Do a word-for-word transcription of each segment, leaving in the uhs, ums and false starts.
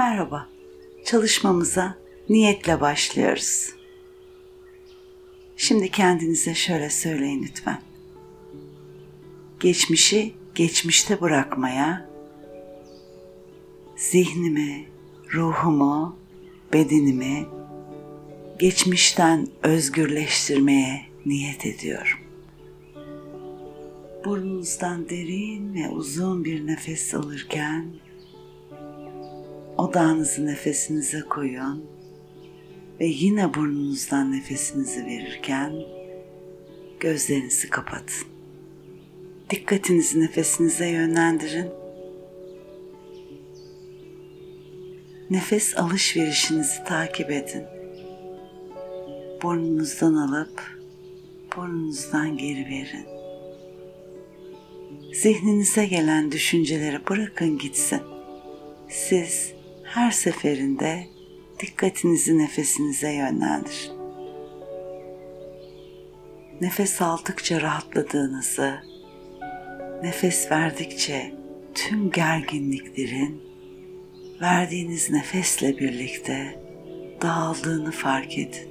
Merhaba, çalışmamıza niyetle başlıyoruz. Şimdi kendinize şöyle söyleyin lütfen. Geçmişi geçmişte bırakmaya, zihnimi, ruhumu, bedenimi geçmişten özgürleştirmeye niyet ediyorum. Burnunuzdan derin ve uzun bir nefes alırken odağınızı nefesinize koyun ve yine burnunuzdan nefesinizi verirken gözlerinizi kapatın. Dikkatinizi nefesinize yönlendirin. Nefes alışverişinizi takip edin. Burnunuzdan alıp burnunuzdan geri verin. Zihninize gelen düşünceleri bırakın gitsin. Siz her seferinde dikkatinizi nefesinize yönlendirin. Nefes aldıkça rahatladığınızı, nefes verdikçe tüm gerginliklerin verdiğiniz nefesle birlikte dağıldığını fark edin.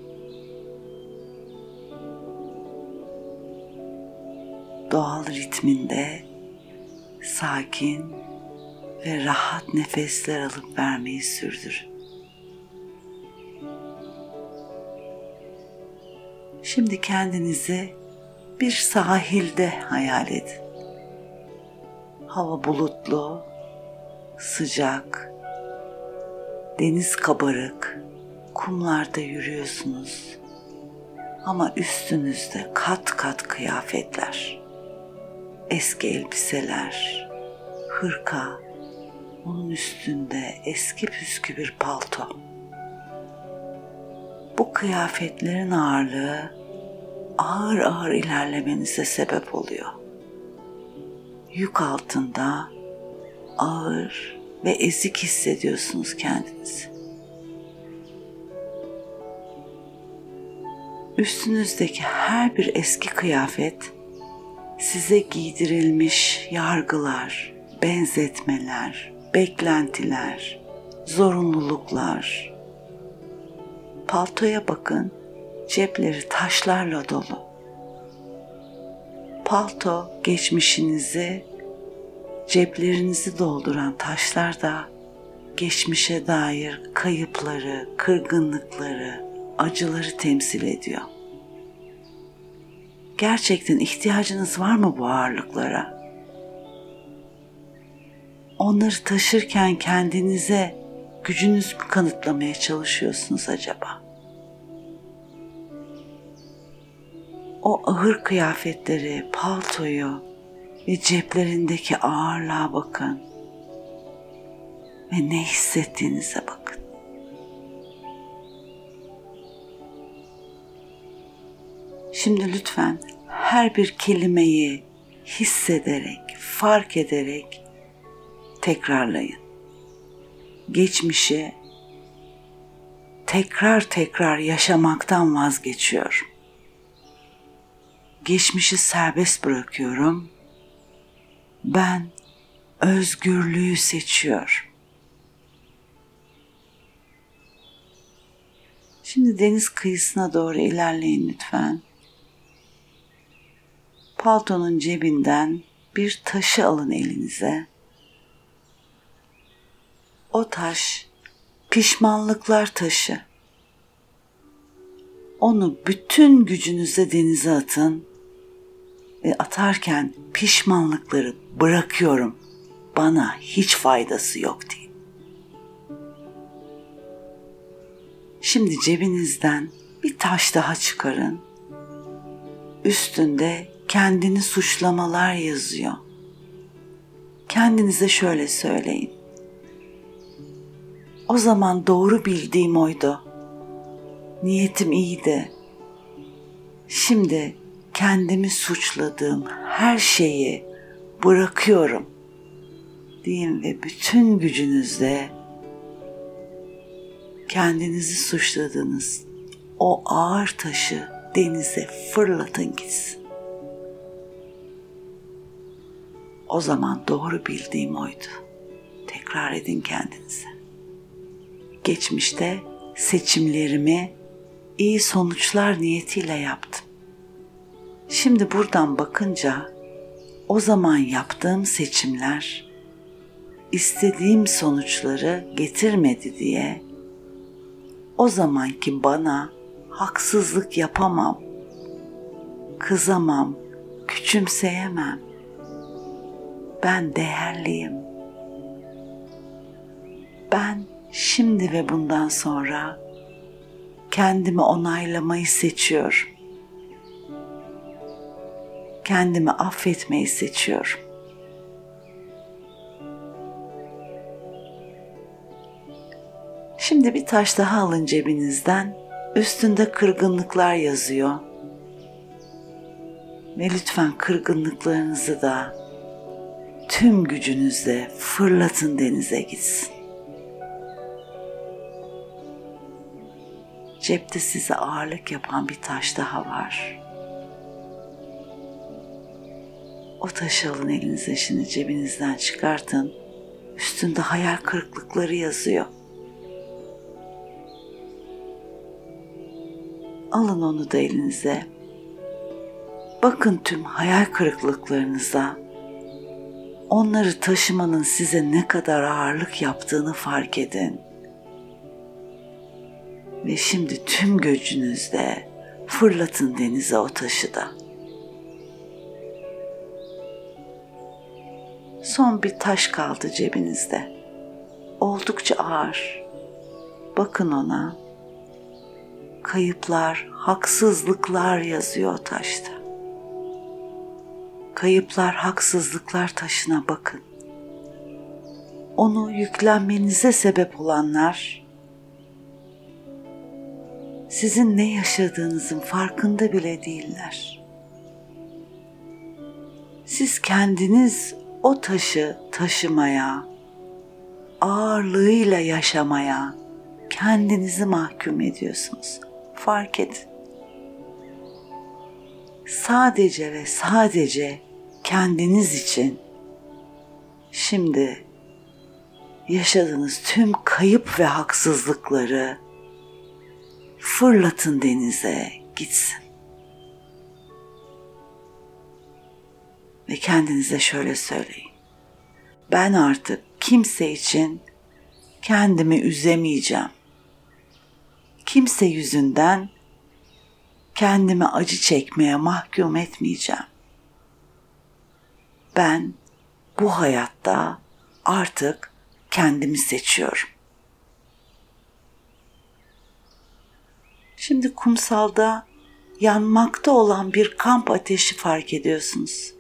Doğal ritminde sakin ve rahat nefesler alıp vermeyi sürdürün. Şimdi kendinizi bir sahilde hayal edin. Hava bulutlu, sıcak, deniz kabarık, kumlarda yürüyorsunuz. Ama üstünüzde kat kat kıyafetler, eski elbiseler, hırka, onun üstünde eski püskü bir palto. Bu kıyafetlerin ağırlığı ağır ağır ilerlemenize sebep oluyor. Yük altında ağır ve ezik hissediyorsunuz kendinizi. Üstünüzdeki her bir eski kıyafet size giydirilmiş yargılar, benzetmeler, beklentiler, zorunluluklar. Paltoya bakın, cepleri taşlarla dolu. Palto geçmişinizi, ceplerinizi dolduran taşlar da geçmişe dair kayıpları, kırgınlıkları, acıları temsil ediyor. Gerçekten ihtiyacınız var mı bu ağırlıklara? Onları taşırken kendinize gücünüz mü kanıtlamaya çalışıyorsunuz acaba? O ağır kıyafetleri, paltoyu ve ceplerindeki ağırlığa bakın ve ne hissettiğinize bakın. Şimdi lütfen her bir kelimeyi hissederek, fark ederek tekrarlayın. Geçmişi tekrar tekrar yaşamaktan vazgeçiyorum. Geçmişi serbest bırakıyorum. Ben özgürlüğü seçiyorum. Şimdi deniz kıyısına doğru ilerleyin lütfen. Paltonun cebinden bir taşı alın elinize. O taş pişmanlıklar taşı. Onu bütün gücünüzle denize atın ve atarken pişmanlıkları bırakıyorum. Bana hiç faydası yok deyin. Şimdi cebinizden bir taş daha çıkarın. Üstünde kendini suçlamalar yazıyor. Kendinize şöyle söyleyin. O zaman doğru bildiğim oydu. Niyetim iyiydi. Şimdi kendimi suçladığım her şeyi bırakıyorum deyin ve bütün gücünüzle kendinizi suçladığınız o ağır taşı denize fırlatın gitsin. O zaman doğru bildiğim oydu. Tekrar edin kendinize. geçmişte seçimlerimi iyi sonuçlar niyetiyle yaptım. Şimdi buradan bakınca o zaman yaptığım seçimler istediğim sonuçları getirmedi diye o zamanki bana haksızlık yapamam, kızamam, küçümseyemem. Ben değerliyim. Ben şimdi ve bundan sonra kendimi onaylamayı seçiyorum. Kendimi affetmeyi seçiyorum. Şimdi bir taş daha alın cebinizden. Üstünde kırgınlıklar yazıyor. Ve lütfen kırgınlıklarınızı da tüm gücünüzle fırlatın, denize gitsin. Cepte size ağırlık yapan bir taş daha var. O taşı alın elinize, şimdi cebinizden çıkartın. Üstünde hayal kırıklıkları yazıyor. Alın onu da elinize. Bakın tüm hayal kırıklıklarınıza. Onları taşımanın size ne kadar ağırlık yaptığını fark edin. Ve şimdi tüm gücünüzle fırlatın denize o taşı da. Son bir taş kaldı cebinizde. Oldukça ağır. Bakın ona. Kayıplar, haksızlıklar yazıyor o taşta. Kayıplar, haksızlıklar taşına bakın. Onu yüklenmenize sebep olanlar, sizin ne yaşadığınızın farkında bile değiller. Siz kendiniz o taşı taşımaya, ağırlığıyla yaşamaya kendinizi mahkum ediyorsunuz. Fark edin. Sadece ve sadece kendiniz için şimdi yaşadığınız tüm kayıp ve haksızlıkları fırlatın denize gitsin. Ve kendinize şöyle söyleyin. Ben artık kimse için kendimi üzemeyeceğim. Kimse yüzünden kendimi acı çekmeye mahkum etmeyeceğim. Ben bu hayatta artık kendimi seçiyorum. Şimdi kumsalda yanmakta olan bir kamp ateşi fark ediyorsunuz.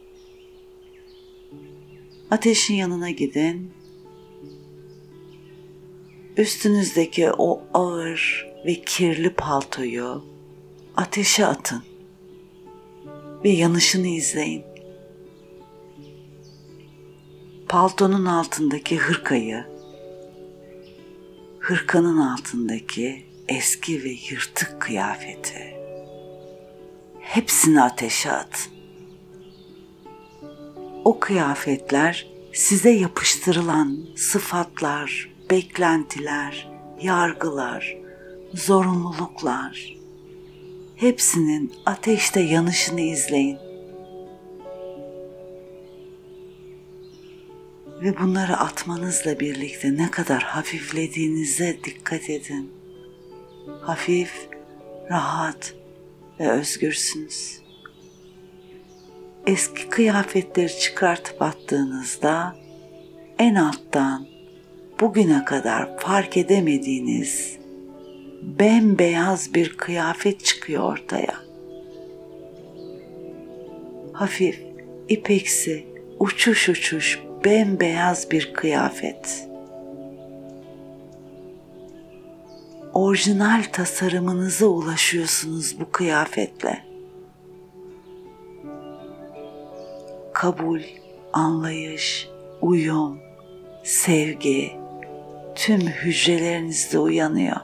Ateşin yanına gidin. Üstünüzdeki o ağır ve kirli paltoyu ateşe atın ve yanışını izleyin. Paltonun altındaki hırkayı, hırkanın altındaki eski ve yırtık kıyafeti, hepsini ateşe atın. O kıyafetler size yapıştırılan sıfatlar, beklentiler, yargılar, zorunluluklar, hepsinin ateşte yanışını izleyin. Ve bunları atmanızla birlikte ne kadar hafiflediğinize dikkat edin. Hafif, rahat ve özgürsünüz. Eski kıyafetleri çıkartıp attığınızda en alttan bugüne kadar fark edemediğiniz bembeyaz bir kıyafet çıkıyor ortaya. Hafif, ipeksi, uçuş uçuş bembeyaz bir kıyafet. Orijinal tasarımınıza ulaşıyorsunuz bu kıyafetle. Kabul, anlayış, uyum, sevgi tüm hücrelerinizde uyanıyor.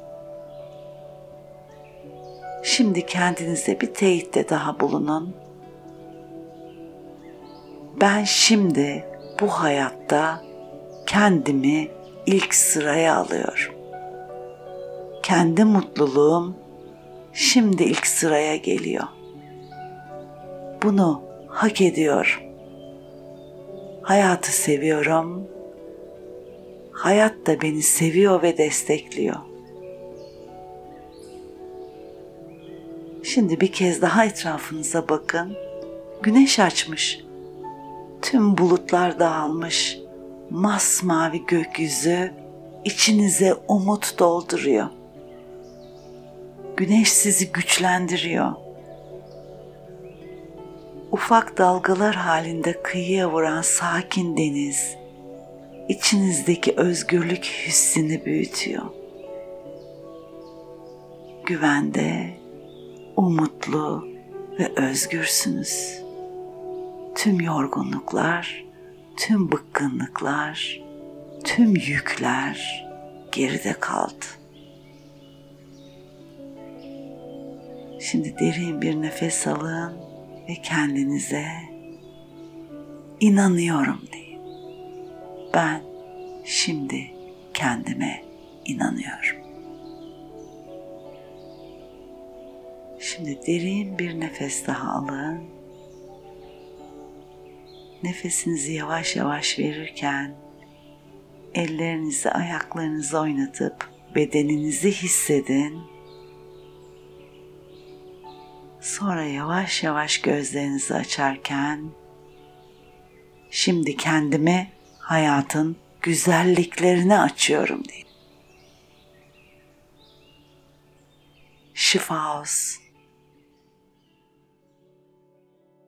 Şimdi kendinize bir teyitte daha bulunun. Ben şimdi bu hayatta kendimi ilk sıraya alıyorum. kendi mutluluğum şimdi ilk sıraya geliyor. Bunu hak ediyorum. Hayatı seviyorum. Hayat da beni seviyor ve destekliyor. Şimdi bir kez daha etrafınıza bakın. Güneş açmış. Tüm bulutlar dağılmış. Masmavi gökyüzü içinize umut dolduruyor. Güneş sizi güçlendiriyor. Ufak dalgalar halinde kıyıya vuran sakin deniz, içinizdeki özgürlük hissini büyütüyor. Güvende, umutlu ve özgürsünüz. Tüm yorgunluklar, tüm bıkkınlıklar, tüm yükler geride kaldı. Şimdi derin bir nefes alın ve kendinize inanıyorum deyin. Ben şimdi kendime inanıyorum. Şimdi derin bir nefes daha alın. Nefesinizi yavaş yavaş verirken ellerinizi, ayaklarınızı oynatıp bedeninizi hissedin. Sonra yavaş yavaş gözlerinizi açarken şimdi kendimi hayatın güzelliklerine açıyorum deyin. Şifa olsun.